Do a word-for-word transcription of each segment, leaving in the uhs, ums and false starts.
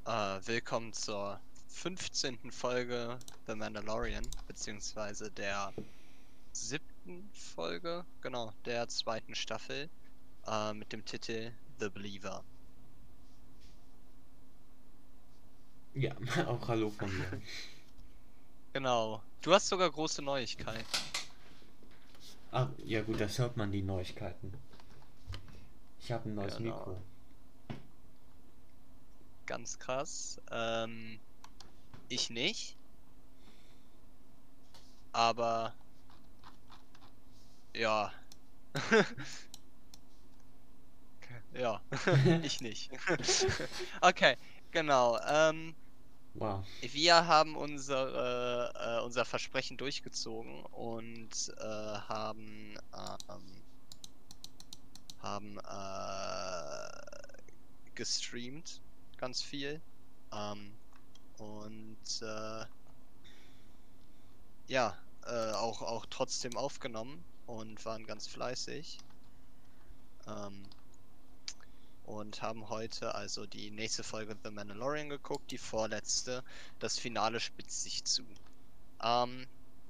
Äh, willkommen zur fünfzehnten Folge The Mandalorian, beziehungsweise der siebten Folge, genau, der zweiten Staffel, äh, mit dem Titel The Believer. Ja, auch Hallo von mir. Genau. Du hast sogar große Neuigkeiten. Ah, ja gut, das hört man die Neuigkeiten. Ich habe ein neues Genau. Mikro. Ganz krass. Ähm, ich nicht, aber ja. Ja, ich nicht. Okay, genau. Ähm, Wow. Wir haben unsere, äh, unser Versprechen durchgezogen und äh, haben, ähm, haben äh, gestreamt ganz viel. Ähm, und äh, ja, äh, auch, auch trotzdem aufgenommen und waren ganz fleißig. Ähm, und haben heute also die nächste Folge The Mandalorian geguckt, die vorletzte. Das Finale spitzt sich zu. Ähm,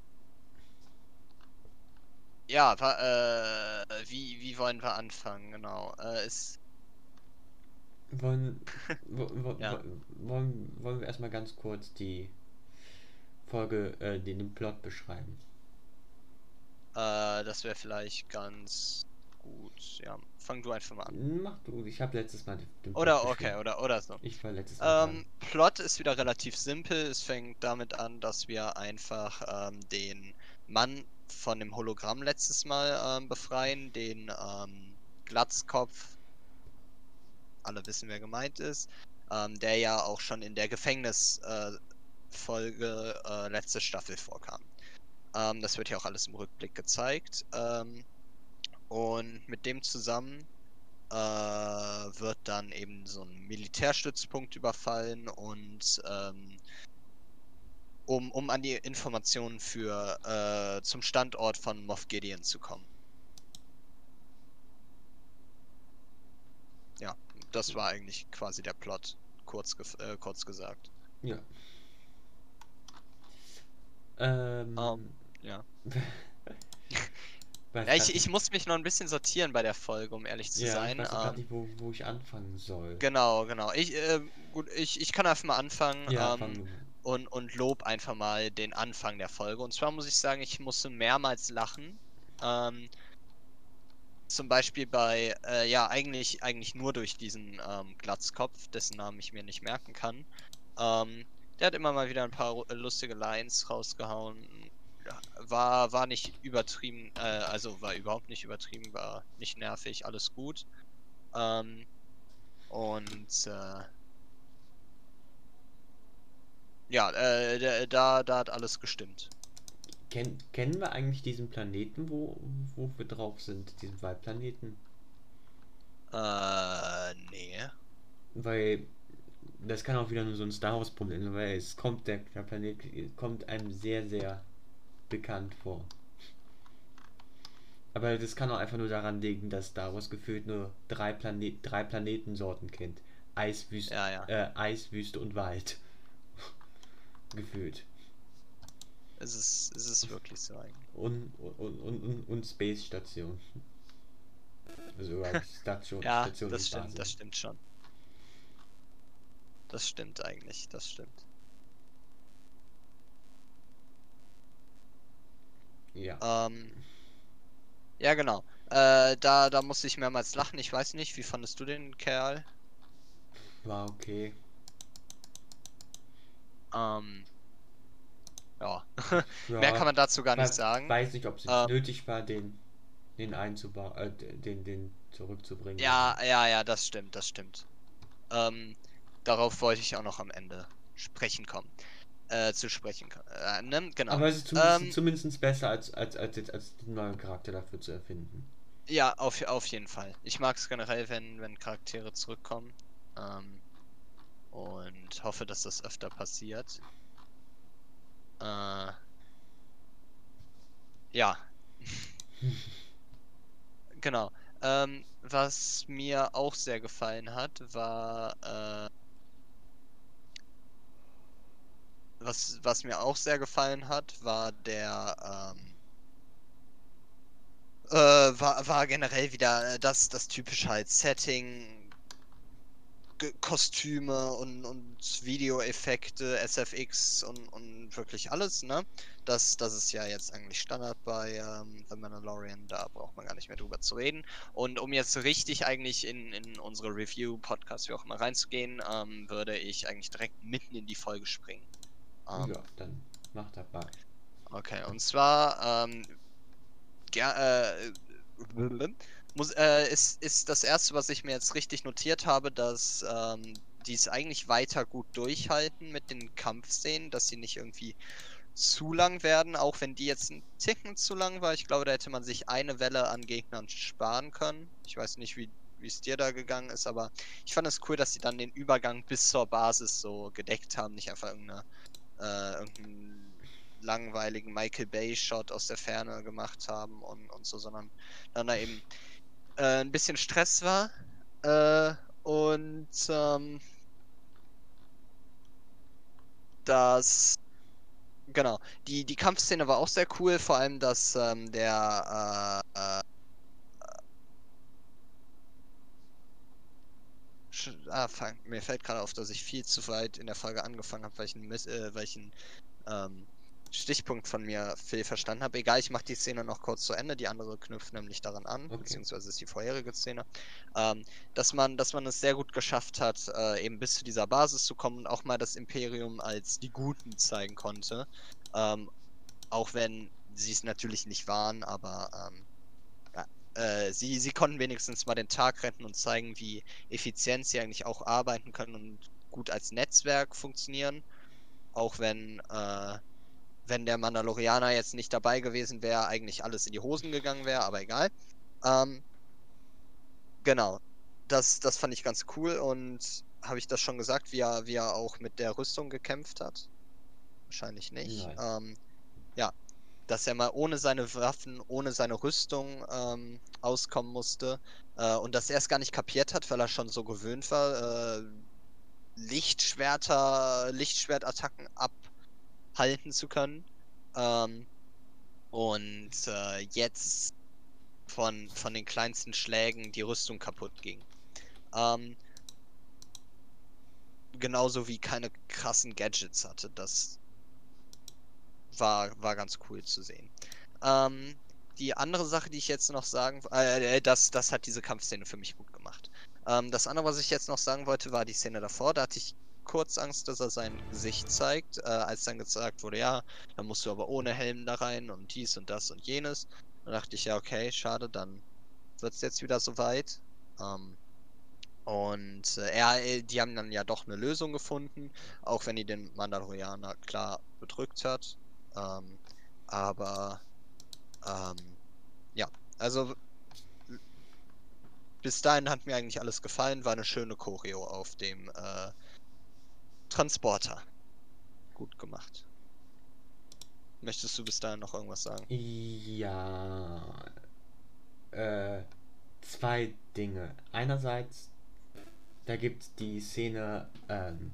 Ja, wa äh, wie wie wollen wir anfangen? Genau. Äh, es Wollen, wo, wo, wo, ja, wollen, wollen wir erstmal ganz kurz die Folge, äh, den, den Plot beschreiben? äh, das wäre vielleicht ganz gut. Ja, fang du einfach mal an. Mach du, ich habe letztes Mal den, den Plot Oder okay, beschrieben. oder oder so. Ich war letztes Mal dran. Ähm, Plot ist wieder relativ simpel. Es fängt damit an, dass wir einfach ähm, den Mann von dem Hologramm letztes Mal ähm, befreien, den ähm, Glatzkopf, alle wissen, wer gemeint ist, ähm, der ja auch schon in der Gefängnisfolge äh, Folge, äh, letzte Staffel vorkam. Ähm, das wird ja auch alles im Rückblick gezeigt. Ähm, und mit dem zusammen äh, wird dann eben so ein Militärstützpunkt überfallen und ähm, um, um an die Informationen für äh, zum Standort von Moff Gideon zu kommen. Ja, das war eigentlich quasi der Plot, kurz, äh, kurz gesagt. Ja. Ähm, Ähm, ja. weiß Ja, ich, gerade ich nicht. muss mich noch ein bisschen sortieren bei der Folge, um ehrlich zu Ja, ich sein. weiß auch gerade Ähm, nicht, wo, wo ich anfangen soll. genau, genau. Ich, äh, gut, ich, ich kann einfach mal anfangen Ja, fangen ähm, wir mal. und, und lob einfach mal den Anfang der Folge. Und zwar muss ich sagen, ich musste mehrmals lachen. Ähm, zum Beispiel bei, äh, ja, eigentlich, eigentlich nur durch diesen ähm, Glatzkopf, dessen Namen ich mir nicht merken kann. Ähm, Der hat immer mal wieder ein paar ru- äh, lustige Lines rausgehauen. Ja, War, war nicht übertrieben, äh, also war überhaupt nicht übertrieben, war nicht nervig, alles gut. Ähm, und äh, ja, äh, da, da da hat alles gestimmt. Ken, kennen wir eigentlich diesen Planeten, wo, wo wir drauf sind? Diesen Waldplaneten? Äh, nee. Weil das kann auch wieder nur so ein Star Wars Problem sein, weil es kommt, der, der Planet kommt einem sehr, sehr bekannt vor. Aber das kann auch einfach nur daran liegen, dass Star Wars gefühlt nur drei, Planet, drei Planetensorten kennt. Eiswüste, Ja, ja. äh, Eiswüste und Wald. Gefühlt. Es ist, es ist wirklich so eigentlich. Und, und, und, und, und Space Station. Also überhaupt Station, Ja, Station das und stimmt, Basis. das stimmt schon. Das stimmt eigentlich, das stimmt. Ja, Ähm, ja, genau. Äh, da, da musste ich mehrmals lachen. Ich weiß nicht, wie fandest du den Kerl? war okay. Ähm, ja. Mehr kann Ja, man dazu gar nicht we- sagen. weiß nicht, ob es jetzt Ähm, nötig war, den, den einzubauen, äh, den, den zurückzubringen nochmal. ja, ja, ja, das stimmt, das stimmt. Ähm, Darauf wollte ich auch noch am Ende sprechen kommen. Äh, zu sprechen kommen. Äh, ne? Genau. Aber es ist zumindest, Ähm, zumindest besser, als, als, als, jetzt, als den neuen Charakter dafür zu erfinden. ja, auf, auf jeden Fall. Ich mag es generell, wenn, wenn Charaktere zurückkommen. Ähm, und hoffe, dass das öfter passiert. Äh, ja. Genau. Ähm, was mir auch sehr gefallen hat, war, äh, was, was mir auch sehr gefallen hat, war der, ähm, äh, war, war generell wieder das, das typische halt Setting, Ge- Kostüme und, und Videoeffekte, S F X und, und wirklich alles, ne? Das, das ist ja jetzt eigentlich Standard bei ähm, The Mandalorian, da braucht man gar nicht mehr drüber zu reden. Und um jetzt richtig eigentlich in, in unsere Review-Podcast, wie auch immer, reinzugehen, ähm, würde ich eigentlich direkt mitten in die Folge springen. Ähm, Ja, dann mach dabei. okay, und zwar, ähm, ger äh, muss, äh, ist, ist das erste, was ich mir jetzt richtig notiert habe, dass ähm, die es eigentlich weiter gut durchhalten mit den Kampfszenen, dass sie nicht irgendwie zu lang werden, auch wenn die jetzt ein Ticken zu lang war. Ich glaube, da hätte man sich eine Welle an Gegnern sparen können. Ich weiß nicht, wie wie es dir da gegangen ist, aber ich fand es cool, dass sie dann den Übergang bis zur Basis so gedeckt haben, nicht einfach irgendeine, äh, irgendeinen langweiligen Michael Bay-Shot aus der Ferne gemacht haben und, und so, sondern dann da eben äh, ein bisschen Stress war. Äh, und ähm, das, genau, die, die Kampfszene war auch sehr cool, vor allem, dass ähm, der, äh, äh, sch- ah, fuck, mir fällt gerade auf, dass ich viel zu weit in der Folge angefangen habe, weil ich einen, Miss- äh, weil ich einen ähm, Stichpunkt von mir fehl verstanden habe. Egal, ich mache die Szene noch kurz zu Ende. Die andere knüpft nämlich daran an, Okay. beziehungsweise ist die vorherige Szene. Ähm, dass man, dass man es sehr gut geschafft hat, äh, eben bis zu dieser Basis zu kommen und auch mal das Imperium als die Guten zeigen konnte. Ähm, auch wenn sie es natürlich nicht waren, aber ähm, ja, äh, sie, sie konnten wenigstens mal den Tag retten und zeigen, wie effizient sie eigentlich auch arbeiten können und gut als Netzwerk funktionieren. Auch wenn äh, wenn der Mandalorianer jetzt nicht dabei gewesen wäre, eigentlich alles in die Hosen gegangen wäre, aber egal. Ähm, genau. Das, das fand ich ganz cool und habe ich das schon gesagt, wie er, wie er auch mit der Rüstung gekämpft hat? Wahrscheinlich nicht. Nein. Ähm, ja, dass er mal ohne seine Waffen, ohne seine Rüstung ähm, auskommen musste äh, und dass er es gar nicht kapiert hat, weil er schon so gewöhnt war, äh, Lichtschwerter, Lichtschwertattacken abhalten zu können. Ähm, und äh, jetzt von, von den kleinsten Schlägen die Rüstung kaputt ging. Ähm, genauso wie keine krassen Gadgets hatte. Das war, war ganz cool zu sehen. Ähm, die andere Sache, die ich jetzt noch sagen, äh, äh, das, das hat diese Kampfszene für mich gut gemacht. Ähm, das andere, was ich jetzt noch sagen wollte, war die Szene davor. Da hatte ich kurz Angst, dass er sein Gesicht zeigt, äh, als dann gesagt wurde, ja, dann musst du aber ohne Helm da rein und dies und das und jenes. Da dachte ich, ja, okay, schade, dann wird es jetzt wieder soweit. Ähm, und äh, er, äh, die haben dann ja doch eine Lösung gefunden, auch wenn die den Mandalorianer klar bedrückt hat. Ähm, aber ähm, ja, also bis dahin hat mir eigentlich alles gefallen, war eine schöne Choreo auf dem äh, Transporter. Gut gemacht. Möchtest du bis dahin noch irgendwas sagen? Ja, äh, zwei Dinge. Einerseits, da gibt es die Szene, ähm,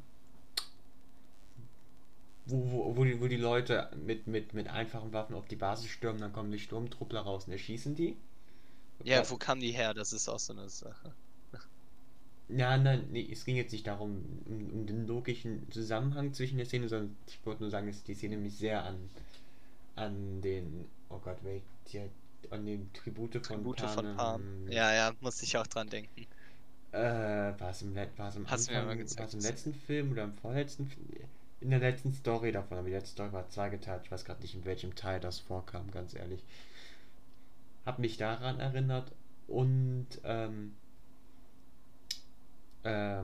wo, wo, wo, die, wo die Leute mit, mit, mit einfachen Waffen auf die Basis stürmen, dann kommen die Sturmtruppler raus und erschießen die. Ja, wo kam die her? Das ist auch so eine Sache. Ja, nein, nee, es ging jetzt nicht darum, um, um den logischen Zusammenhang zwischen der Szene, sondern ich wollte nur sagen, dass die Szene mich sehr an, an den, oh Gott, wait, die, an den Tribute von Tribute von Palm. Panem, Ja, ja, musste ich auch dran denken. äh, war es im, Let- war es am Hast du mir mal Anfang, war gezeigt, es die im Szene. letzten Film oder im vorletzten Film? In der letzten Story davon, aber die letzte Story war zweigeteilt, ich weiß gerade nicht, in welchem Teil das vorkam, ganz ehrlich. Hab mich daran erinnert und, ähm, äh,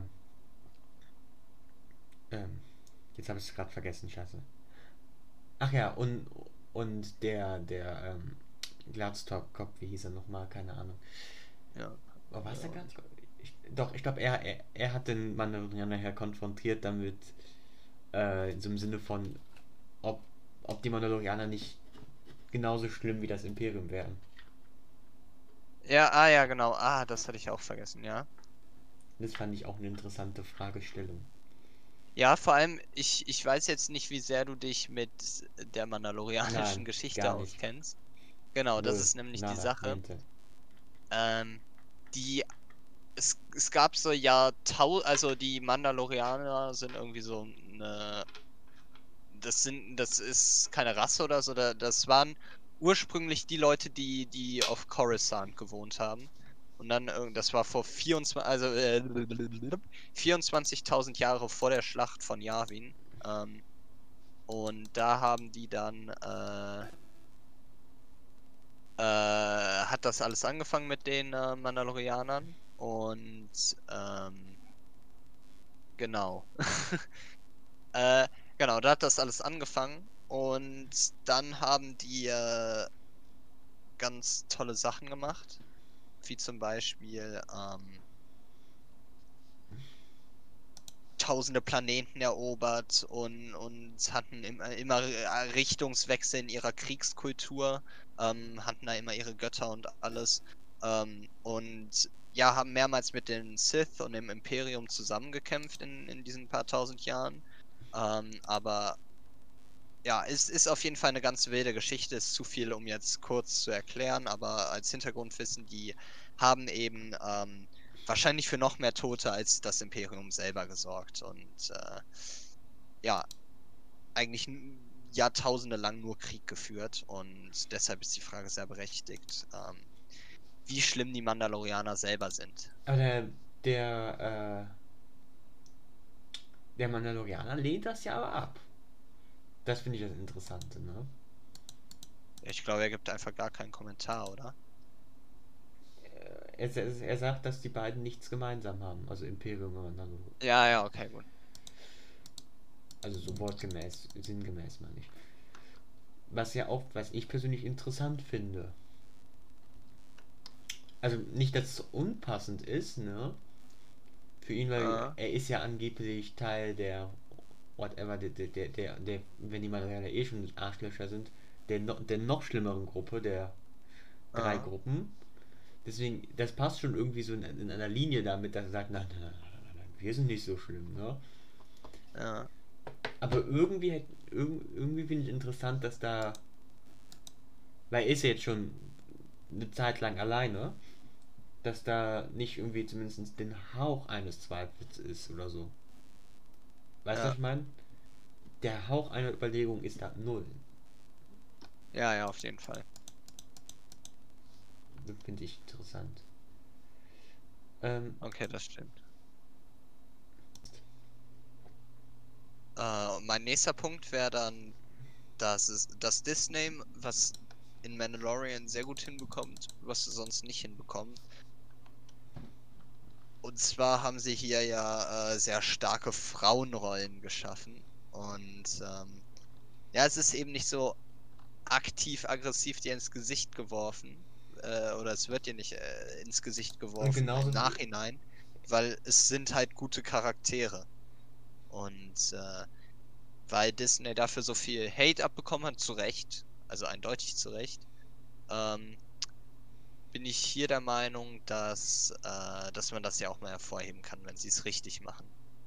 ähm, jetzt habe ich es gerade vergessen, scheiße. Ach ja, und, und der, der, ähm, Glatztop-Kopf, wie hieß er nochmal? Keine Ahnung. Ja, Oh, war ja, es der und Glatzkopf? Ich, doch, ich glaube, er, er, er hat den Mandalorianer nachher konfrontiert damit, äh, so im Sinne von, ob, ob die Mandalorianer nicht genauso schlimm wie das Imperium wären. ja, ah ja, genau. Ah, das hatte ich auch vergessen, ja. Das fand ich auch eine interessante Fragestellung. Ja, vor allem, ich, ich weiß jetzt nicht, wie sehr du dich mit der mandalorianischen Nein, Geschichte gar nicht. auskennst. Genau, das Null. ist nämlich die Nada. Sache. Niente. Ähm, die, es, es gab so Jahrtau, also die Mandalorianer sind irgendwie so eine, das sind, das ist keine Rasse oder so, da- das waren ursprünglich die Leute, die, die auf Coruscant gewohnt haben. Und dann, irg- das war vor vierundzwanzig, also äh, vierundzwanzigtausend Jahre vor der Schlacht von Yavin. Ähm, und da haben die dann, äh, äh, hat das alles angefangen mit den äh, Mandalorianern. Und ähm, genau. äh, genau, da hat das alles angefangen. Und dann haben die äh, ganz tolle Sachen gemacht. Wie zum Beispiel ähm, tausende Planeten erobert und, und hatten immer, immer Richtungswechsel in ihrer Kriegskultur, ähm, hatten da immer ihre Götter und alles. Ähm, und ja, haben mehrmals mit den Sith und dem Imperium zusammengekämpft in, in diesen paar tausend Jahren. Ähm, aber ja, es ist auf jeden Fall eine ganz wilde Geschichte, ist zu viel, um jetzt kurz zu erklären, aber als Hintergrundwissen, die haben eben ähm, wahrscheinlich für noch mehr Tote als das Imperium selber gesorgt und äh, ja, eigentlich n- Jahrtausende lang nur Krieg geführt und deshalb ist die Frage sehr berechtigt, ähm, wie schlimm die Mandalorianer selber sind. Aber der, der, äh, der Mandalorianer lehnt das ja aber ab. Das finde ich das Interessante, ne? Ich glaube, er gibt einfach gar keinen Kommentar, oder? Er, er, er sagt, dass die beiden nichts gemeinsam haben. Also Imperium und Mandalorian. Ja, ja, okay, gut. Also so wortgemäß, sinngemäß meine ich. Was ja auch, was ich persönlich interessant finde. Also nicht, dass es unpassend ist, ne? Für ihn, weil Äh, er ist ja angeblich Teil der whatever, der, der, der, der, der wenn die Mandalorianer eh schon Arschlöcher sind, der, no, der noch schlimmeren Gruppe, der drei äh, Gruppen. Deswegen, das passt schon irgendwie so in, in einer Linie damit, dass er sagt, nein, nein, nein, nein, nein, wir sind nicht so schlimm, ne? ja, Aber irgendwie, irgendwie finde ich interessant, dass da, weil er ist ja jetzt schon eine Zeit lang alleine, dass da nicht irgendwie zumindest den Hauch eines Zweifels ist oder so. Weißt du, was ja, ich meine? Der Hauch einer Überlegung ist da null. ja, ja, auf jeden Fall. Das finde ich interessant. Ähm, Okay, das stimmt. Äh, mein nächster Punkt wäre dann, dass es, dass Disney, was in Mandalorian sehr gut hinbekommt, was sie sonst nicht hinbekommen. Und zwar haben sie hier ja äh, sehr starke Frauenrollen geschaffen. Und ähm, ja, es ist eben nicht so aktiv aggressiv dir ins Gesicht geworfen. Äh, oder es wird dir nicht äh, ins Gesicht und geworfen im genauso wie, Nachhinein, weil es sind halt gute Charaktere. Und äh, weil Disney dafür so viel Hate abbekommen hat, zu Recht, also eindeutig zu Recht, ähm, bin ich hier der Meinung, dass, äh, dass man das ja auch mal hervorheben kann, wenn sie es richtig machen.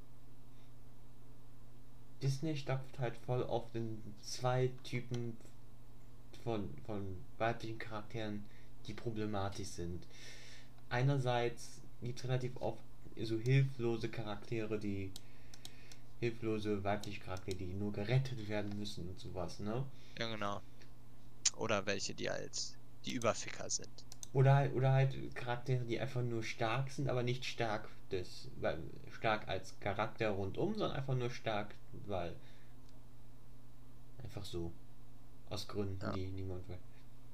Disney stapft halt voll auf den zwei Typen von, von weiblichen Charakteren, die problematisch sind. Einerseits gibt es relativ oft so hilflose Charaktere, die hilflose weibliche Charaktere, die nur gerettet werden müssen und sowas, ne? Ja, genau. Oder welche, die als die Überficker sind. Oder halt, oder halt Charaktere, die einfach nur stark sind, aber nicht stark des, weil, stark als Charakter rundum, sondern einfach nur stark, weil einfach so. Aus Gründen, Ja, die niemand will.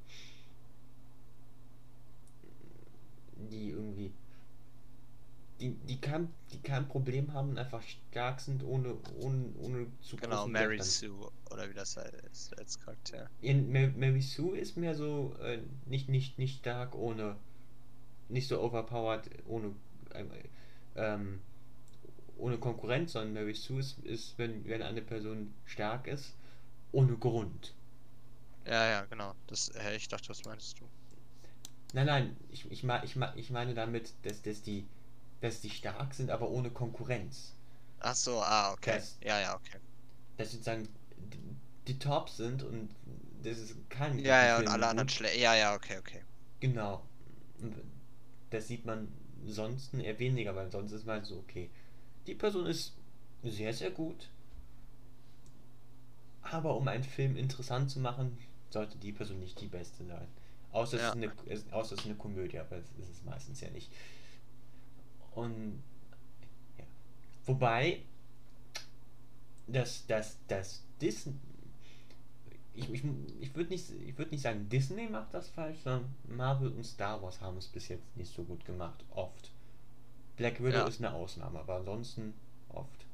Die irgendwie die, die, kein, die kein Problem haben und einfach stark sind, ohne, ohne, ohne zu genau, großen Mary Widerstand. Sue oder wie das heißt als Charakter. In Mary Sue ist mehr so äh, nicht, nicht, nicht stark, ohne, nicht so overpowered, ohne, äh, ähm, ohne Konkurrenz, sondern Mary Sue ist, ist wenn, wenn eine Person stark ist, ohne Grund. Ja, ja, genau. Das, äh, ich dachte, was meinst du? Nein, nein, ich, ich, ich, ich meine damit, dass, dass, die, dass die stark sind, aber ohne Konkurrenz. Ach so, ah, okay. Dass, Ja, ja, okay. dass sozusagen die, die Tops sind und dass es keinen Ja, guten ja, und Film alle anderen gibt. schlecht. Ja, ja, okay, okay. Genau. Und das sieht man sonst eher weniger, weil sonst ist mal so, okay, die Person ist sehr, sehr gut, aber um einen Film interessant zu machen, sollte die Person nicht die beste sein. Außer es ist Ja, eine, es- außer es ist eine Komödie, aber das ist es meistens ja nicht. Und ja. Wobei, dass das, das Disney. Ich, ich, ich würde nicht, ich würd nicht sagen, Disney macht das falsch, sondern Marvel und Star Wars haben es bis jetzt nicht so gut gemacht. Oft. Black Widow ja, ist eine Ausnahme, aber ansonsten oft.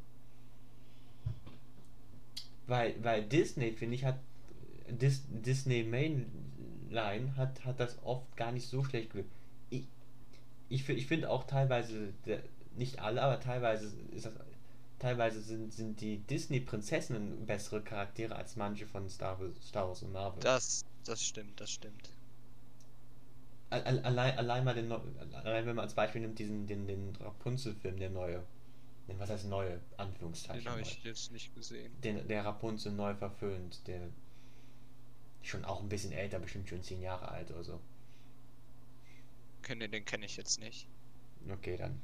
Weil, weil Disney, finde ich, hat Dis, Disney Mainline hat, hat das oft gar nicht so schlecht gelöst. Ich, ich, fi- ich finde auch teilweise, der, nicht alle, aber teilweise ist das, teilweise sind, sind die Disney-Prinzessinnen bessere Charaktere als manche von Star Wars, Star Wars und Marvel. das, das stimmt, das stimmt. Al- Allein, allein mal den, Neu- allein wenn man als Beispiel nimmt, diesen, den, den Rapunzel-Film, der neue. Was heißt neue? Den Anführungszeichen habe neu. ich jetzt nicht gesehen. Den, der Rapunzel neu verföhnt, der schon auch ein bisschen älter, bestimmt schon zehn Jahre alt oder so. Okay, nee, den kenne ich jetzt nicht. Okay, dann.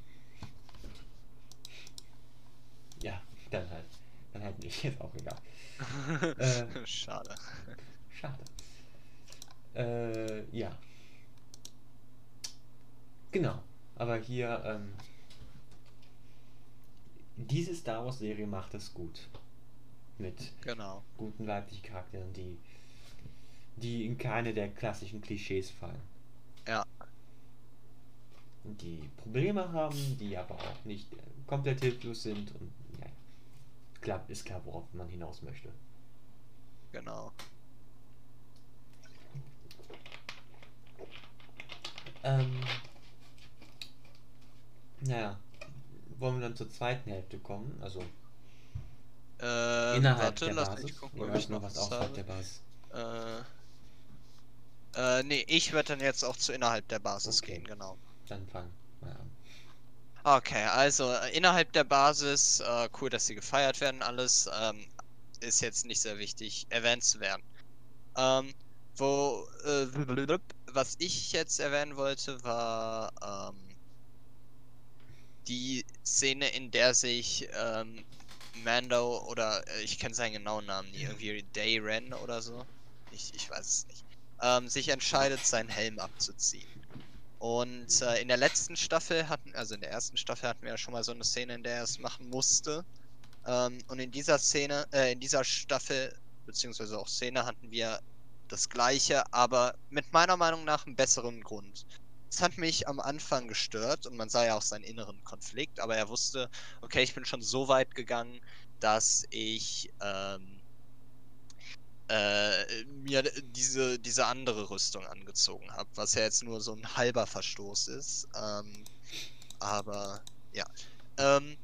Ja, dann halt. Dann halt nicht, ist auch egal. Äh, Schade. schade. Äh, ja. Genau. Aber hier, ähm, diese Star Wars Serie macht es gut. Mit Genau. guten weiblichen Charakteren, die, die in keine der klassischen Klischees fallen. Ja, Die Probleme haben, die aber auch nicht äh, komplett hilflos sind und ja, klar, ist klar, worauf man hinaus möchte. genau. Ähm, naja, wollen wir dann zur zweiten Hälfte kommen? Also Ähm, innerhalb warte, der lass mich Basis gucken, oder ob hast ich du noch noch was was außerhalb habe. der Basis? Äh, äh, nee, ich werde dann jetzt auch zu innerhalb der Basis Okay, gehen, genau. dann fang mal an. Okay, also äh, innerhalb der Basis, äh, cool, dass sie gefeiert werden, alles, ähm, ist jetzt nicht sehr wichtig erwähnt zu werden. Ähm, wo, äh, was ich jetzt erwähnen wollte, war, ähm, die Szene, in der sich, ähm, Mando oder, äh, ich kenne seinen genauen Namen nie, irgendwie Dayren oder so, ich, ich weiß es nicht, ähm, sich entscheidet, seinen Helm abzuziehen. Und äh, in der letzten Staffel hatten, also in der ersten Staffel hatten wir ja schon mal so eine Szene, in der er es machen musste. Ähm, und in dieser Szene, äh, in dieser Staffel, beziehungsweise auch Szene, hatten wir das Gleiche, aber mit meiner Meinung nach einem besseren Grund. Es hat mich am Anfang gestört und man sah ja auch seinen inneren Konflikt, aber er wusste, okay, ich bin schon so weit gegangen, dass ich ähm, äh, mir diese, diese andere Rüstung angezogen habe, was ja jetzt nur so ein halber Verstoß ist. Ähm, aber ja. Ähm,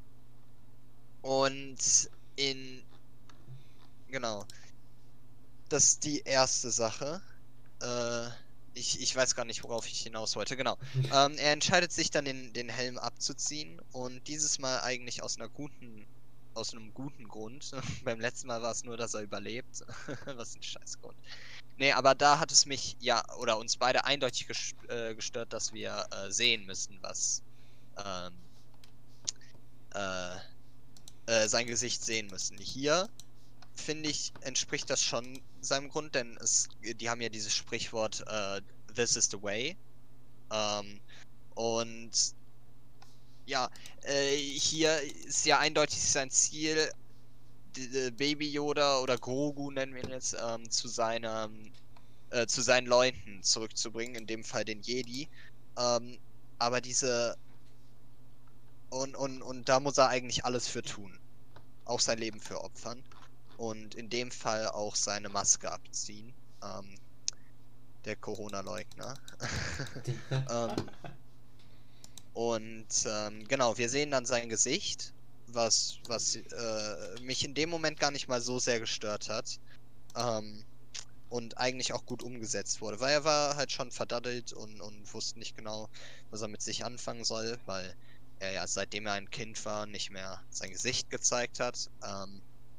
und in, genau, das ist die erste Sache. Äh, ich, ich weiß gar nicht, worauf ich hinaus wollte. Genau. Ähm, er entscheidet sich dann, den, den Helm abzuziehen und dieses Mal eigentlich aus einer guten, aus einem guten Grund. Beim letzten Mal war es nur, dass er überlebt. Was ein Scheißgrund. Nee, aber da hat es mich ja oder uns beide eindeutig ges äh, gestört, dass wir äh, sehen müssen, was ähm, äh, äh, sein Gesicht sehen müssen. Hier, finde ich, entspricht das schon seinem Grund, denn es, die haben ja dieses Sprichwort äh, This is the way. Ähm, und ja, äh, hier ist ja eindeutig sein Ziel, die, äh, Baby Yoda oder Grogu nennen wir ihn jetzt, ähm, zu seinem äh, zu seinen Leuten zurückzubringen, in dem Fall den Jedi. Ähm, aber diese und, und, und da muss er eigentlich alles für tun. Auch sein Leben für opfern. Und in dem Fall auch seine Maske abziehen. Ähm, der Corona-Leugner. ähm, und ähm, genau, wir sehen dann sein Gesicht, was, was äh, mich in dem Moment gar nicht mal so sehr gestört hat. Ähm, und eigentlich auch gut umgesetzt wurde, weil er war halt schon verdattelt und, und wusste nicht genau, was er mit sich anfangen soll, weil er ja seitdem er ein Kind war, nicht mehr sein Gesicht gezeigt hat. Ähm,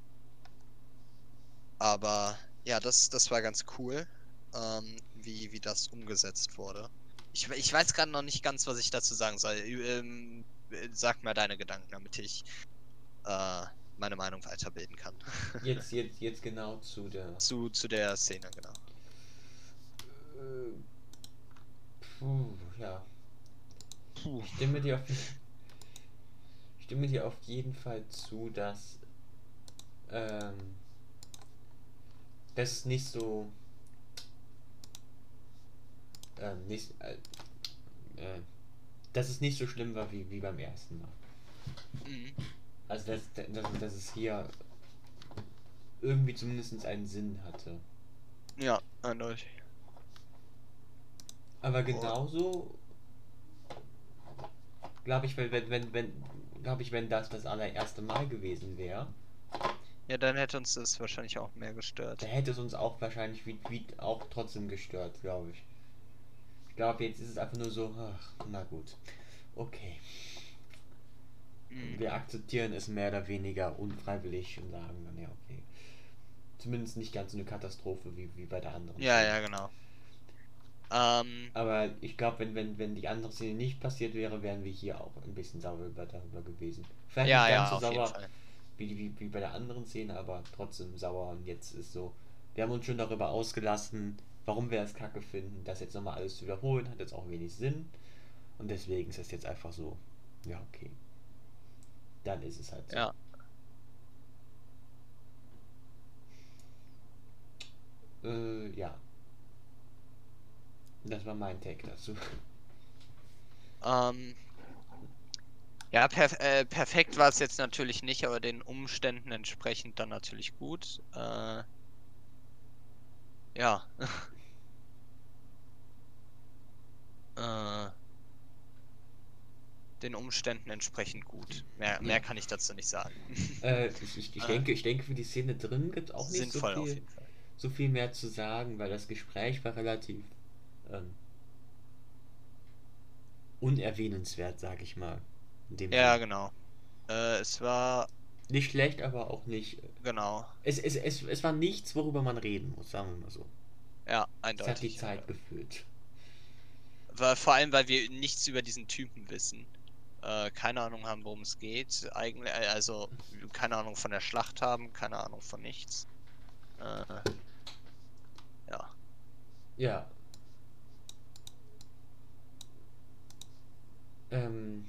aber ja, das, das war ganz cool, ähm, wie, wie das umgesetzt wurde. Ich, ich weiß gerade noch nicht ganz, was ich dazu sagen soll. Ähm, sag mal deine Gedanken, damit ich äh, meine Meinung weiterbilden kann. Jetzt, jetzt, jetzt genau zu der. zu, zu der Szene, genau. Äh, puh, ja. Puh. Ich stimme dir auf, ich stimme dir auf jeden Fall zu, dass ähm, das ist nicht so ähm, nicht, äh, äh, dass es nicht so schlimm war wie, wie beim ersten Mal. Mhm. Also dass, dass, dass es hier irgendwie zumindest einen Sinn hatte. Ja, eindeutig. Aber Oh. genauso glaube ich, wenn, wenn, wenn, wenn glaube ich, wenn das das allererste Mal gewesen wäre, Ja, dann hätte uns das wahrscheinlich auch mehr da gestört. hätte es uns auch wahrscheinlich wie, wie auch trotzdem gestört, glaube ich. Ich glaube, jetzt ist es einfach nur so, ach, na gut. Okay. Mhm. Wir akzeptieren es mehr oder weniger unfreiwillig und sagen dann, ja, okay. Zumindest nicht ganz so eine Katastrophe wie, wie bei der anderen Ja, Szene. ja, genau. Ähm, Aber ich glaube, wenn, wenn, wenn die andere Szene nicht passiert wäre, wären wir hier auch ein bisschen sauer über, darüber gewesen. Vielleicht nicht ja, ganz ja, so auf jeden sauer Fall. wie, wie, wie bei der anderen Szene, aber trotzdem sauer. Und jetzt ist so, wir haben uns schon darüber ausgelassen, warum wir es kacke finden. Das jetzt nochmal alles zu wiederholen, hat jetzt auch wenig Sinn. Und deswegen ist es jetzt einfach so, ja, okay. Dann ist es halt so. Ja. Äh, ja. Das war mein Take dazu. Ähm, ja, perf äh, perfekt war es jetzt natürlich nicht, aber den Umständen entsprechend dann natürlich gut. Äh, ja. äh, den Umständen entsprechend gut. Mehr, Ja. mehr kann ich dazu nicht sagen. Äh, ich, ich, ich äh, denke, ich denke, für die Szene drin gibt es auch nicht so sinnvoll auf viel, jeden Fall. so viel mehr zu sagen, weil das Gespräch war relativ ähm, unerwähnenswert, sag ich mal. In dem Ja, Sinne. genau. Äh, es war, Nicht schlecht, aber auch nicht. genau. Es, es, es, es war nichts, worüber man reden muss, sagen wir mal so. Ja, Es hat die eindeutig, Zeit eindeutig. gefüllt. Weil, vor allem, weil wir nichts über diesen Typen wissen. Äh, keine Ahnung haben, worum es geht. Eigentlich, äh, also keine Ahnung von der Schlacht haben, keine Ahnung von nichts. Äh, ja. Ja. Ähm.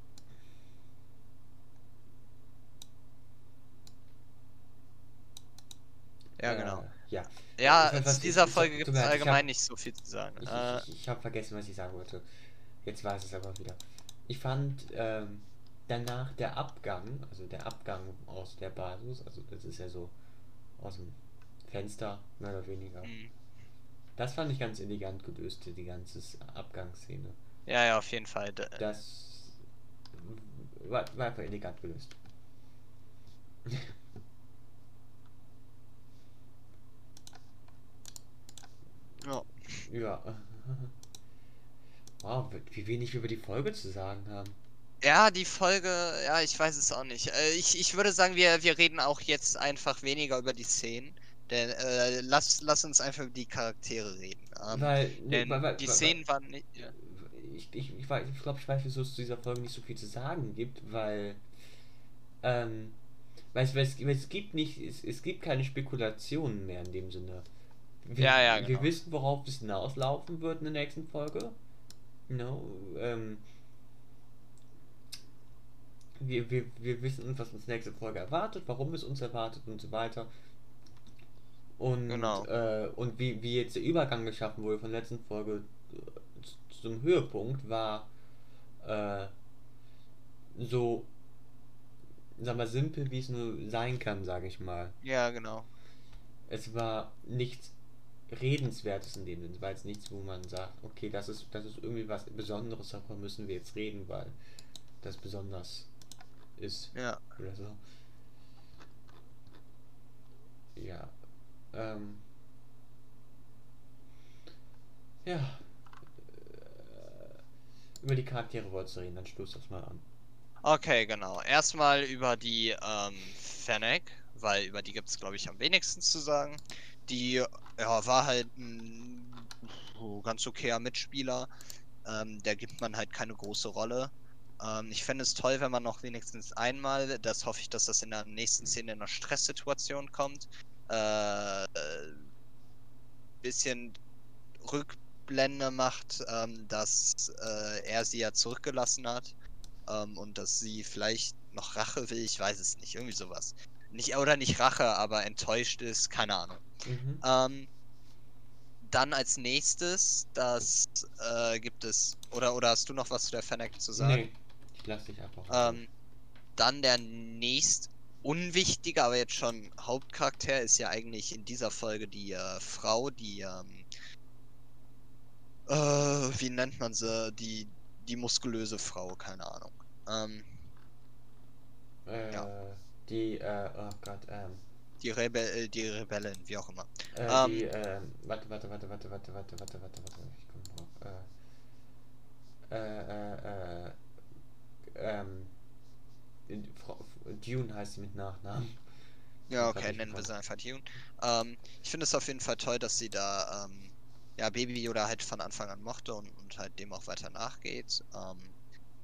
Ja, Äh, genau. ja. Äh, Ja, zu was, dieser ich, ich, Folge tut gibt mir es leid, ich habe allgemein nicht so viel zu sagen. ich, ich, Äh, ich, ich hab vergessen, was ich sagen wollte. Jetzt weiß es aber wieder. Ich fand ähm, danach der Abgang, also der Abgang aus der Basis, also das ist ja so aus dem Fenster, mehr oder weniger. mh. Das fand ich ganz elegant gelöst, die ganze Abgangsszene. Ja, ja, auf jeden Fall. D- Das war, war einfach elegant gelöst. Ja. Ja. Wow, wie wenig wir über die Folge zu sagen haben. Ja, die Folge, ja, ich weiß es auch nicht. Äh, ich, ich würde sagen, wir, wir reden auch jetzt einfach weniger über die Szenen. Denn äh, lass, lass uns einfach über die Charaktere reden. Ähm, Weil, ne, weil, denn weil, die weil, weil Szenen waren nicht. Ja. ich, ich, ich, weiß- ich glaube, ich weiß, wieso es zu dieser Folge nicht so viel zu sagen gibt, weil, ähm, weil es, weil es, weil es gibt nicht, es, es gibt keine Spekulationen mehr in dem Sinne. Wir, Ja, ja, wir genau. wissen, worauf es hinauslaufen wird in der nächsten Folge. No, ähm, wir, wir, wir wissen, was uns nächste Folge erwartet, warum es uns erwartet und so weiter. Und, Genau. äh, und wie, wie jetzt der Übergang geschaffen wurde von der letzten Folge äh, zum Höhepunkt war äh, so, sag mal, simpel wie es nur sein kann, sage ich mal. Ja, genau. Es war nichts Redenswertes in dem Sinne. Es war jetzt nichts, wo man sagt, okay, das ist, das ist irgendwie was Besonderes, darüber müssen wir jetzt reden, weil das besonders ist. Ja. Oder so. Ja. Ähm. Ja. Über die Charaktere wolltest du reden, dann stoß das mal an. Okay, genau. Erstmal über die ähm, Fennec, weil über die gibt es, glaube ich, am wenigsten zu sagen. Die ja, war halt ein so ganz okayer Mitspieler. Ähm, der gibt man halt keine große Rolle. Ähm, ich fände es toll, wenn man noch wenigstens einmal, das hoffe ich, dass das in der nächsten Szene in einer Stresssituation kommt, äh, äh, bisschen Rückblende macht, ähm, dass äh, er sie ja zurückgelassen hat. Ähm, und dass sie vielleicht noch Rache will, ich weiß es nicht, irgendwie sowas. Nicht, oder nicht Rache, aber enttäuscht ist, keine Ahnung. Mhm. Ähm, dann als nächstes, das äh, gibt es, oder, oder hast du noch was zu der Fennec zu sagen? Nee, ich lasse dich einfach in Ruhe. Ähm, dann der nächst unwichtige, aber jetzt schon Hauptcharakter ist ja eigentlich in dieser Folge die äh, Frau, die, ähm, äh, wie nennt man sie? Die, die muskulöse Frau, keine Ahnung. Ähm, ja. Äh, die, äh, oh Gott, ähm, Die Rebell, äh, die Rebellen, wie auch immer. äh, die, Ähm, ähm, warte, warte, warte, warte, warte, warte, warte, warte, warte, ich komme drauf. Äh, äh, äh, äh, ähm, Frau, Dune heißt sie mit Nachnamen. Ich ja, komme gerade okay, nicht nennen wir drauf. sie einfach Dune. Ähm, ich finde es auf jeden Fall toll, dass sie da, ähm, ja, Baby Yoda halt von Anfang an mochte und, und halt dem auch weiter nachgeht. Ähm,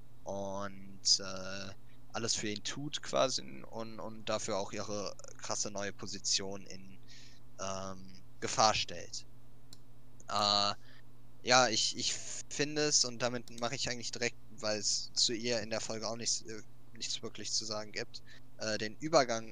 und äh, alles für ihn tut quasi und, und dafür auch ihre krasse neue Position in ähm, Gefahr stellt. Äh, ja, ich, ich finde es, und damit mache ich eigentlich direkt, weil es zu ihr in der Folge auch nichts, äh, nichts wirklich zu sagen gibt, äh, den Übergang,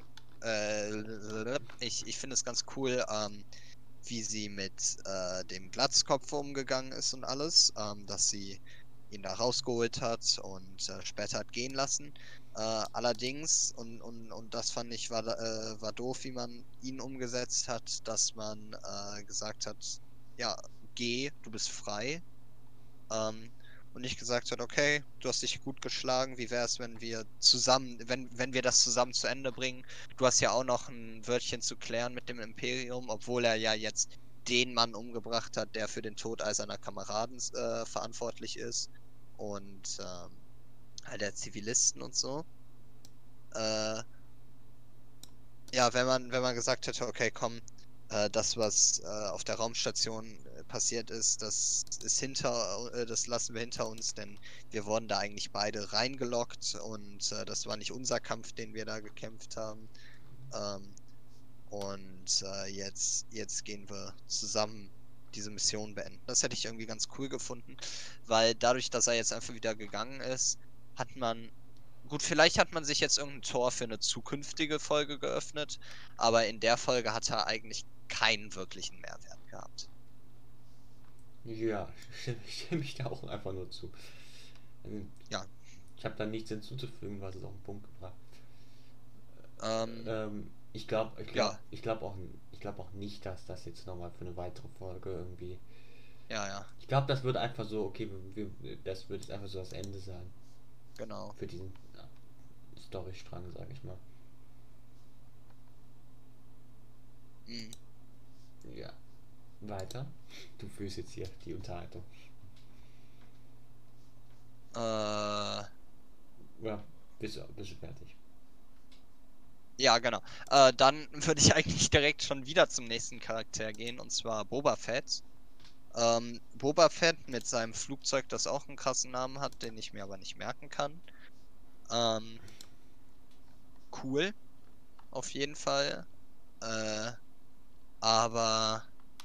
äh, ich, ich finde es ganz cool, ähm, wie sie mit äh, dem Glatzkopf umgegangen ist und alles, ähm, dass sie ihn da rausgeholt hat und äh, später hat gehen lassen. Äh, allerdings, und, und, und das fand ich war, äh, war doof, wie man ihn umgesetzt hat, dass man äh, gesagt hat, ja, geh, du bist frei. Ähm, und nicht gesagt hat, okay, du hast dich gut geschlagen, wie wäre es, wenn wir zusammen, wenn, wenn wir das zusammen zu Ende bringen? Du hast ja auch noch ein Wörtchen zu klären mit dem Imperium, obwohl er ja jetzt den Mann umgebracht hat, der für den Tod all seiner Kameraden äh, verantwortlich ist und ähm, all der Zivilisten und so. Äh, ja, wenn man, wenn man gesagt hätte, okay, komm, äh, das, was äh, auf der Raumstation äh, passiert ist, das ist hinter, äh, das lassen wir hinter uns, denn wir wurden da eigentlich beide reingeloggt und äh, das war nicht unser Kampf, den wir da gekämpft haben. Ähm, und äh, jetzt, jetzt gehen wir zusammen diese Mission beenden. Das hätte ich irgendwie ganz cool gefunden, weil dadurch, dass er jetzt einfach wieder gegangen ist, hat man gut, vielleicht hat man sich jetzt irgendein Tor für eine zukünftige Folge geöffnet, aber in der Folge hat er eigentlich keinen wirklichen Mehrwert gehabt. Ja, ich stimme mich da auch einfach nur zu. Also, Ja, ich habe da nichts hinzuzufügen, was es auf den Punkt gebracht. ähm, Ähm, ich glaube, ich glaube, ja, ich glaube auch, ich glaube auch nicht, dass das jetzt nochmal für eine weitere Folge irgendwie. ja, ja, Ich glaube, das wird einfach so, okay, wir, wir, das wird jetzt einfach so das Ende sein genau. für diesen ja, Storystrang, sage ich mal. Mhm. Ja, weiter. Du führst jetzt hier die Unterhaltung. Äh, Ja, bist du, bist du fertig? ja, genau. Äh, dann würde ich eigentlich direkt schon wieder zum nächsten Charakter gehen, und zwar Boba Fett. Ähm, Boba Fett mit seinem Flugzeug, das auch einen krassen Namen hat, den ich mir aber nicht merken kann. Ähm, cool, auf jeden Fall. Äh, aber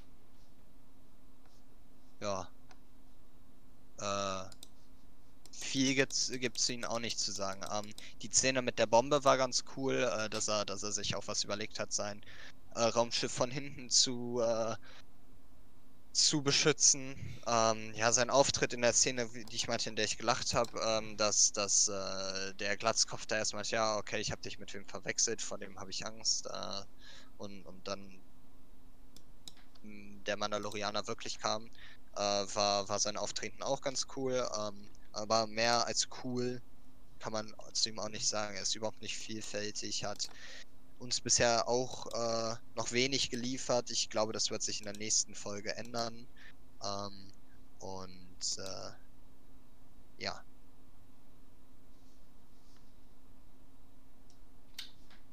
ja, äh, viel gibt's, gibt's zu ihm auch nicht zu sagen. Ähm, die Szene mit der Bombe war ganz cool, äh, dass er, dass er sich auch was überlegt hat, sein äh, Raumschiff von hinten zu, äh, zu beschützen. Ähm, ja, sein Auftritt in der Szene, wie- die ich meinte, in der ich gelacht habe, ähm, dass, dass äh, der Glatzkopf da erstmal, ja, okay, ich habe dich mit wem verwechselt, vor dem habe ich Angst. Äh, und, und dann mh, der Mandalorianer wirklich kam, äh, war, war sein Auftreten auch ganz cool. Ähm, aber mehr als cool kann man zu ihm auch nicht sagen. Er ist überhaupt nicht vielfältig, hat uns bisher auch äh, noch wenig geliefert. Ich glaube, das wird sich in der nächsten Folge ändern. Ähm, und äh, ja.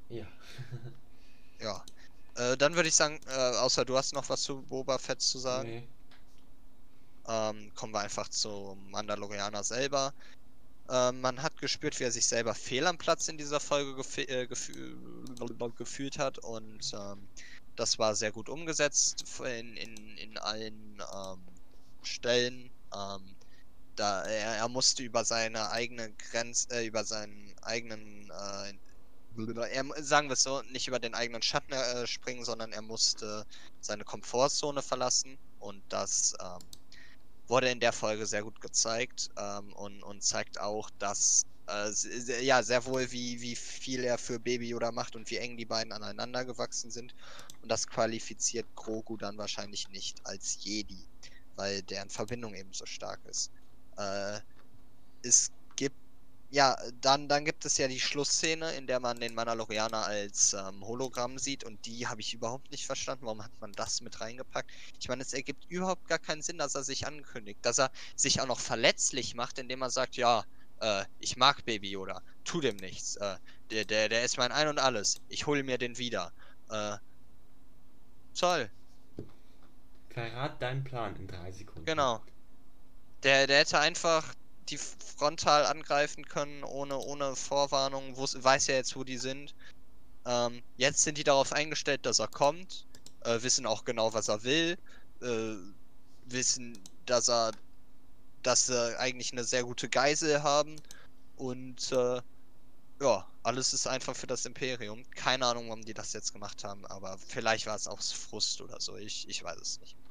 Ja. Ja. Äh, dann würde ich sagen, äh, außer du hast noch was zu Boba Fett zu sagen, Nee. ähm, kommen wir einfach zum Mandalorianer selber. Ähm, man hat gespürt, wie er sich selber fehl am Platz in dieser Folge gefü äh, gefü gefühlt hat und ähm, das war sehr gut umgesetzt in, in, in allen ähm, Stellen. Ähm, da er, er musste über seine eigene Grenze, äh, über seinen eigenen, äh, er, sagen wir es so, nicht über den eigenen Schatten äh, springen, sondern er musste seine Komfortzone verlassen und das ähm, wurde in der Folge sehr gut gezeigt ähm, und, und zeigt auch, dass äh, se- ja sehr wohl, wie, wie viel er für Baby Yoda macht und wie eng die beiden aneinander gewachsen sind. Und das qualifiziert Grogu dann wahrscheinlich nicht als Jedi, weil deren Verbindung eben so stark ist. Äh, es gibt ja, dann, dann gibt es ja die Schlussszene, in der man den Mandalorianer als ähm, Hologramm sieht und die habe ich überhaupt nicht verstanden. Warum hat man das mit reingepackt? Ich meine, es ergibt überhaupt gar keinen Sinn, dass er sich ankündigt, dass er sich auch noch verletzlich macht, indem er sagt, ja, äh, ich mag Baby Yoda, tu dem nichts. Äh, der, der, der ist mein Ein und Alles. Ich hole mir den wieder. Äh, toll, Verrat deinen Plan in drei Sekunden. genau. Der, der hätte einfach die frontal angreifen können, ohne, ohne Vorwarnung, wus- weiß ja jetzt, wo die sind. Ähm, jetzt sind die darauf eingestellt, dass er kommt, äh, wissen auch genau, was er will, äh, wissen, dass er, dass sie eigentlich eine sehr gute Geisel haben und äh, ja, alles ist einfach für das Imperium. Keine Ahnung, warum die das jetzt gemacht haben, aber vielleicht war es auch Frust oder so. Ich, ich weiß es nicht.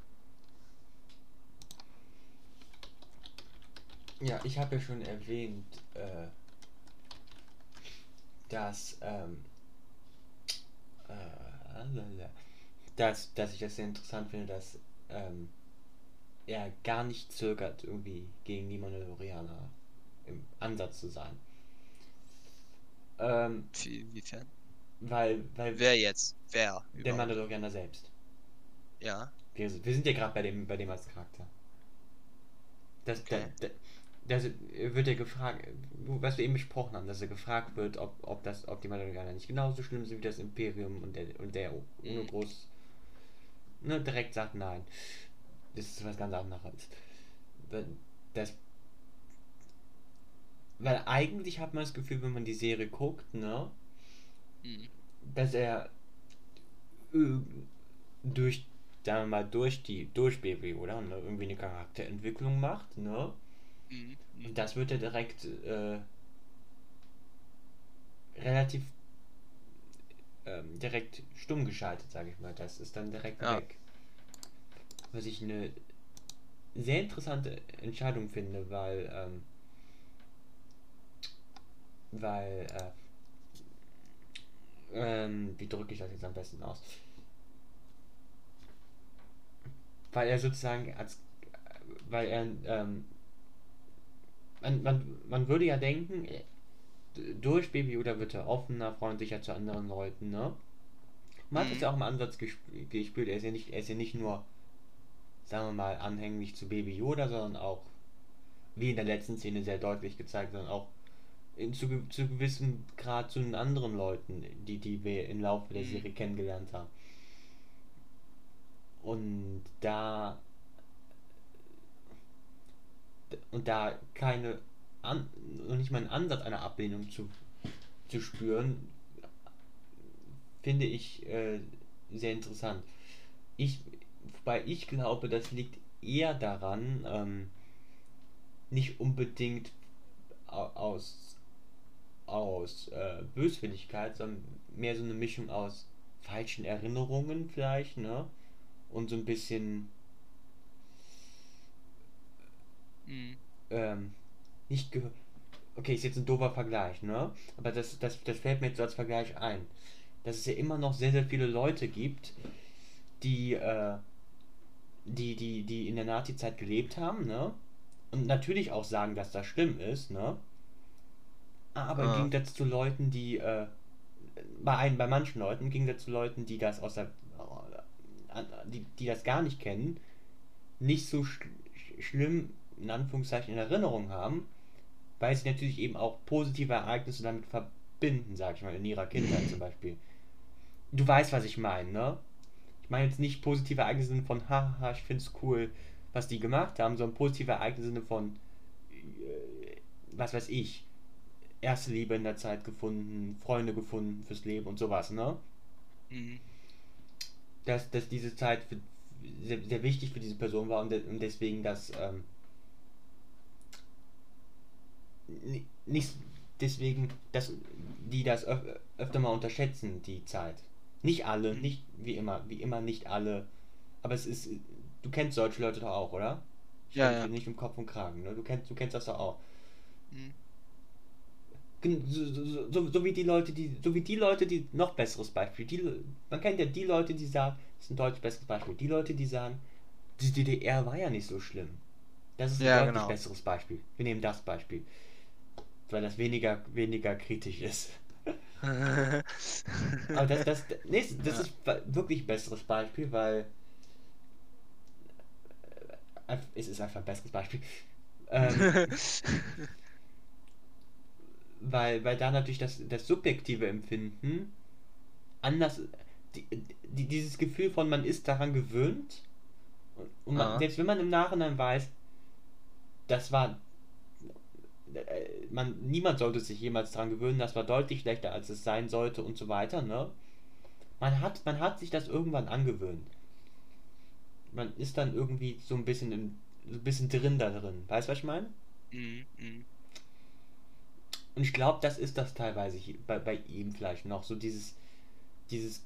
Ja, ich habe ja schon erwähnt, äh, dass, ähm, äh, dass, dass ich das sehr interessant finde, dass ähm, er gar nicht zögert, irgendwie gegen die Mandalorianer im Ansatz zu sein. Ähm, Inwiefern? weil, weil Wer jetzt? Wer der überhaupt? Mandalorianer selbst. Ja, Wir, wir sind ja gerade bei dem, bei dem als Charakter. Das, da, okay. da, das wird ja gefragt, was wir eben besprochen haben, dass er gefragt wird, ob, ob, das, ob die Mandalorianer nicht genauso schlimm sind wie das Imperium und der, und der ohne Mhm. groß ne, direkt sagt nein. Das ist was ganz anderes. Das, weil eigentlich hat man das Gefühl, wenn man die Serie guckt, ne, Mhm. dass er äh, durch, sagen wir mal, durch die, durch B W, oder? Ne, irgendwie eine Charakterentwicklung macht, ne? Mhm. Mhm. Und das wird er direkt äh, relativ ähm, direkt stumm geschaltet, sage ich mal. Das ist dann direkt Ja. weg. Was ich eine sehr interessante Entscheidung finde, weil, ähm, weil, äh, ähm, wie drücke ich das jetzt am besten aus? Weil er sozusagen als, weil er, ähm, man, man, man würde ja denken, durch Baby Yoda wird er offener, freundlicher zu anderen Leuten, ne? Man hat es Mhm. ja auch im Ansatz gesp- gespielt, er ist ja nicht, er ist ja nicht nur, sagen wir mal, anhänglich zu Baby Yoda, sondern auch, wie in der letzten Szene sehr deutlich gezeigt, sondern auch in, zu, zu gewissem Grad zu den anderen Leuten, die, die wir im Laufe der Mhm. Serie kennengelernt haben. Und da und da keine an, noch nicht mal einen Ansatz einer Ablehnung zu, zu spüren, finde ich äh, sehr interessant. Ich, wobei ich glaube, das liegt eher daran, ähm, nicht unbedingt aus, aus äh, Böswilligkeit, sondern mehr so eine Mischung aus falschen Erinnerungen vielleicht, ne? Und so ein bisschen Mhm. ähm, nicht gehört. Okay, ist jetzt ein doofer Vergleich, ne? Aber das, das, das fällt mir jetzt so als Vergleich ein. Dass es ja immer noch sehr, sehr viele Leute gibt, die, äh, die, die, die in der Nazi-Zeit gelebt haben, ne? Und natürlich auch sagen, dass das schlimm ist, ne? Aber im Ah. Gegensatz zu Leuten, die, äh, bei, ein, bei manchen Leuten, im Gegensatz zu Leuten, die das aus der, die, die das gar nicht kennen, nicht so sch schlimm, in Anführungszeichen, in Erinnerung haben, weil sie natürlich eben auch positive Ereignisse damit binden, sag ich mal, in ihrer Kindheit zum Beispiel. Du weißt, was ich meine, ne? Ich meine jetzt nicht positive Ereignisse im Sinne von, haha, ich find's cool, was die gemacht haben, sondern positive Ereignisse im Sinne von, äh, was weiß ich, erste Liebe in der Zeit gefunden, Freunde gefunden fürs Leben und sowas, ne? Mhm. Dass, dass diese Zeit für, sehr, sehr wichtig für diese Person war und, de und deswegen das, ähm, nicht deswegen, dass die das öf öfter mal unterschätzen, die Zeit. Nicht alle, Mhm. nicht wie immer, wie immer nicht alle. Aber es ist, du kennst solche Leute doch auch, oder? Ich Ja, rede hier ja. nicht um Kopf und Kragen, ne? Du kennst, du kennst das doch auch. Mhm. So, so, so, so wie die Leute, die, so wie die Leute, die noch besseres Beispiel, die, man kennt ja die Leute, die sagen, das ist ein deutlich besseres Beispiel, die Leute, die sagen, die D D R war ja nicht so schlimm. Das ist ein Ja, deutlich genau. besseres Beispiel. Wir nehmen das Beispiel, weil das weniger, weniger kritisch ist. Aber das, das, nee, das Ja. ist wirklich ein besseres Beispiel, weil äh, es ist einfach ein besseres Beispiel. Ähm, weil, weil da natürlich das, das subjektive Empfinden anders, die, die, dieses Gefühl von man ist daran gewöhnt und man, Ah. selbst wenn man im Nachhinein weiß, das war, äh, man, niemand sollte sich jemals daran gewöhnen, das war deutlich schlechter als es sein sollte und so weiter, ne? Man hat, man hat sich das irgendwann angewöhnt. Man ist dann irgendwie so ein bisschen im, so ein bisschen drin da drin. Weißt du, was ich meine? Mhm. Mhm. Und ich glaube, das ist das teilweise hier, bei, bei ihm vielleicht noch. So dieses, dieses,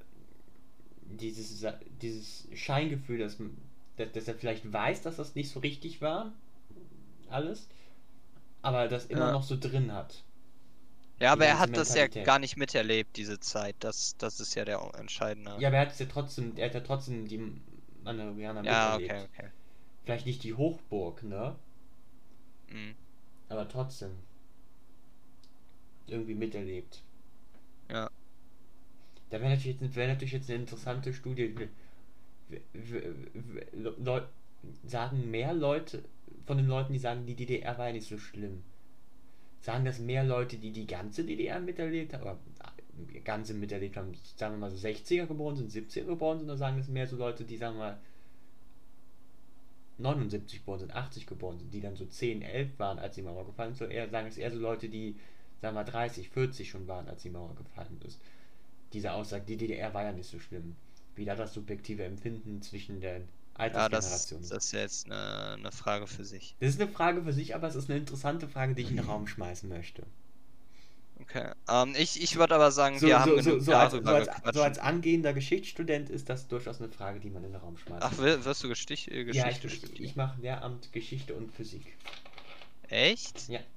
dieses, dieses Scheingefühl, dass, dass, dass er vielleicht weiß, dass das nicht so richtig war. Alles. Aber das immer Ja. noch so drin hat. Ja, Die aber er ganze hat das ja Mentalität. gar nicht miterlebt, diese Zeit. Das, das ist ja der entscheidende. Ja, aber er hat es ja trotzdem, er hat ja trotzdem die Mandalorianer Ja, okay, miterlebt. okay. Vielleicht nicht die Hochburg, ne? Mhm. Aber trotzdem irgendwie miterlebt. Ja. Da wäre natürlich, jetzt- wär natürlich jetzt eine interessante Studie. W- w- w- Leu- Sagen mehr Leute, von den Leuten, die sagen, die D D R war ja nicht so schlimm, sagen das mehr Leute, die die ganze D D R miterlebt haben, oder ganze miterlebt haben, sagen wir mal so sechziger geboren sind, siebziger geboren sind, oder sagen das mehr so Leute, die sagen wir mal neunundsiebzig geboren sind, achtzig geboren sind, die dann so zehn, elf waren, als die Mauer gefallen ist, so eher, sagen es eher so Leute, die, sagen wir mal, dreißig, vierzig schon waren, als die Mauer gefallen ist. Diese Aussage, die D D R war ja nicht so schlimm. Wie da das subjektive Empfinden zwischen den Ja, das, Altersgenerationen ist. das ist ja jetzt eine, eine Frage für sich. Das ist eine Frage für sich, aber es ist eine interessante Frage, die ich in den Raum schmeißen möchte. Okay. Ähm, ich ich würde aber sagen, So, wir haben so, so, genug so, als, so, darüber als, so gequatscht. als angehender Geschichtsstudent ist das durchaus eine Frage, die man in den Raum schmeißen Ach, möchte. will- wirst du Gestich, äh, Ja, ich, Geschichte ich, ich studieren? mache Lehramt Geschichte und Physik. Echt? Ja,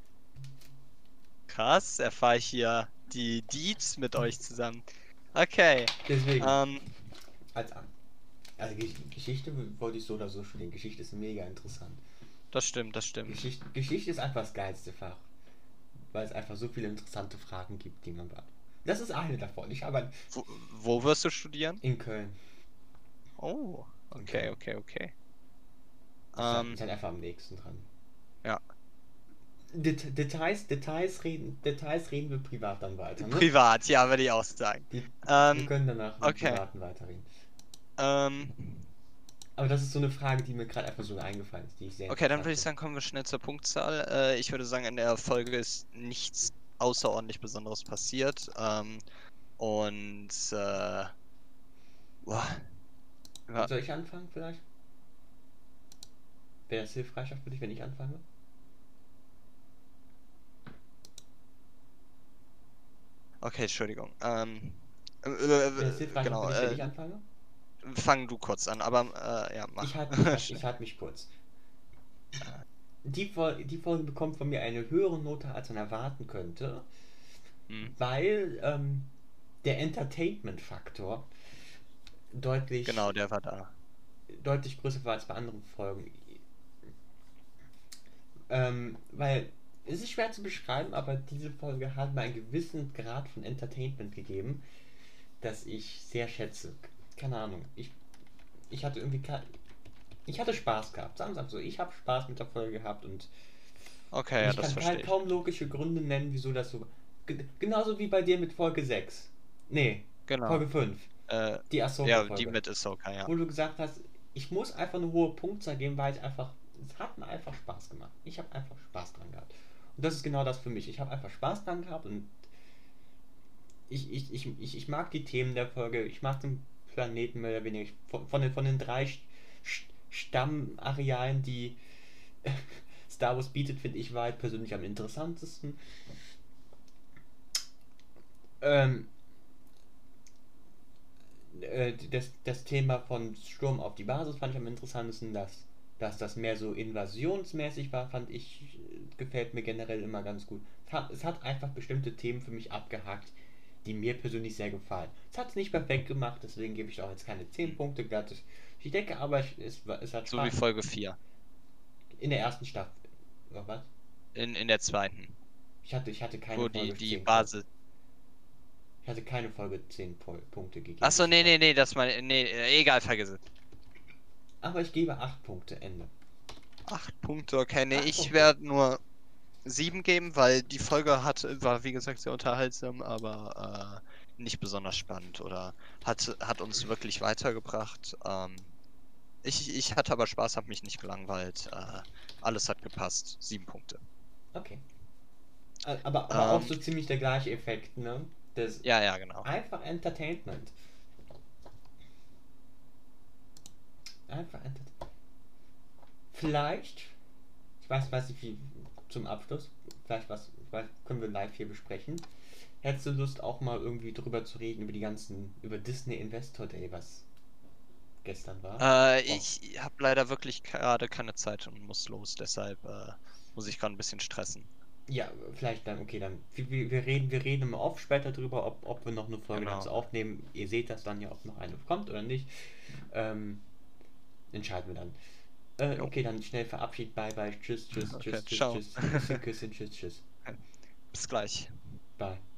Krass, erfahre ich hier die Deeds mit euch zusammen. Okay. deswegen. Ähm, Als an. Also Gesch- Geschichte wollte ich so oder so studieren. Geschichte ist mega interessant. das stimmt, das stimmt. Geschichte, Geschichte ist einfach das geilste Fach. Weil es einfach so viele interessante Fragen gibt, die man beantwortet. Das ist eine davon. Ich habe Wo, wo wirst du studieren? in Köln. Oh, In okay, Köln. okay, okay. Ist halt, Ähm, ist halt einfach am nächsten dran. ja. Det Details, Details reden, Details reden wir privat dann weiter, ne? Privat, ja, würde ich auch sagen. Die, wir Ähm, können danach im okay. Privaten weiterreden. Ähm, Aber das ist so eine Frage, die mir gerade einfach so eingefallen ist, die ich sehr okay, dann interessant würde ich finde. sagen, kommen wir schnell zur Punktzahl. Äh, ich würde sagen, in der Folge ist nichts außerordentlich Besonderes passiert. Ähm, und äh, boah, ja, Soll ich anfangen vielleicht? Wäre das hilfreicher für dich, wenn ich anfange? okay, Entschuldigung. Ähm, äh, Wäre das äh, hilfreicher genau, für dich, wenn äh, ich anfange? fang du kurz an, aber äh, ja, mach. Ich halte ich halt, ich halt mich kurz. Die, Fol die Folge bekommt von mir eine höhere Note, als man erwarten könnte, Hm, weil ähm, der Entertainment-Faktor deutlich, genau, der war da. deutlich größer war als bei anderen Folgen. Ähm, weil es ist schwer zu beschreiben, aber diese Folge hat mir einen gewissen Grad von Entertainment gegeben, das ich sehr schätze. Keine Ahnung. Ich, ich hatte irgendwie ke- ich hatte Spaß gehabt. Sagen wir es so, ich habe Spaß mit der Folge gehabt und, Okay, und ja, ich das kann verstehe kein, ich. kaum logische Gründe nennen, wieso das so. G genauso wie bei dir mit Folge sechs. Nee, Genau. Folge fünf. Äh, Die ja, die Ahsoka-Folge. mit Ahsoka, ja. Wo du gesagt hast, ich muss einfach eine hohe Punktzahl geben, weil es einfach, es hat mir einfach Spaß gemacht. Ich habe einfach Spaß dran gehabt. Und das ist genau das für mich. Ich habe einfach Spaß dran gehabt und ich, ich, ich, ich, ich mag die Themen der Folge. Ich mag den Planeten mehr oder weniger. Von, von, den, von den drei Stammarealen, die Star Wars bietet, finde ich Wahrheit persönlich am interessantesten. Ähm, äh, das, das Thema von Sturm auf die Basis fand ich am interessantesten. Dass, dass das mehr so invasionsmäßig war, fand ich, äh, gefällt mir generell immer ganz gut. Es hat, es hat einfach bestimmte Themen für mich abgehakt, die mir persönlich sehr gefallen. Es hat es nicht perfekt gemacht, deswegen gebe ich auch jetzt keine zehn Hm. Punkte glatt. Ich denke aber, es, es hat So wie Spaß Folge vier. in der ersten Staffel. Oh, was? In, in der zweiten. Ich hatte, ich hatte keine Wo die, Folge die zehn Punkte. Basis. Ich hatte keine Folge zehn Punkte gegeben. Achso, nee, nee, nee, das meine. Nee, äh, egal, vergiss es. Aber ich gebe acht Punkte, Ende. Acht Punkte, okay, nee, Acht ich Punkte. werde nur sieben geben, weil die Folge hat, war wie gesagt sehr unterhaltsam, aber äh, nicht besonders spannend oder hat, hat uns wirklich weitergebracht. Ähm, ich, ich hatte aber Spaß, habe mich nicht gelangweilt. Äh, alles hat gepasst. Sieben Punkte. Okay. Aber, aber auch Ähm, so ziemlich der gleiche Effekt, ne? Das ja, ja, genau. einfach Entertainment. Einfach Entertainment. Vielleicht, ich weiß, weiß nicht wie zum Abschluss, vielleicht was, vielleicht können wir live hier besprechen. Hättest du Lust auch mal irgendwie drüber zu reden, über die ganzen, über Disney Investor Day, was gestern war? Äh, Wow. ich habe leider wirklich gerade keine Zeit und muss los, deshalb äh, muss ich gerade ein bisschen stressen. Ja, vielleicht dann, okay, dann. Wir, wir reden, wir reden im Off später drüber, ob, ob wir noch eine Folge dazu Genau. aufnehmen. Ihr seht das dann ja, ob noch eine kommt oder nicht. Ähm, entscheiden wir dann. Äh, Jo. okay, dann schnell verabschiedet. Bye, bye. Tschüss, tschüss, Okay, tschüss, tschüss, ciao. tschüss. Küsschen, Küsschen, tschüss, tschüss. Bis gleich. Bye.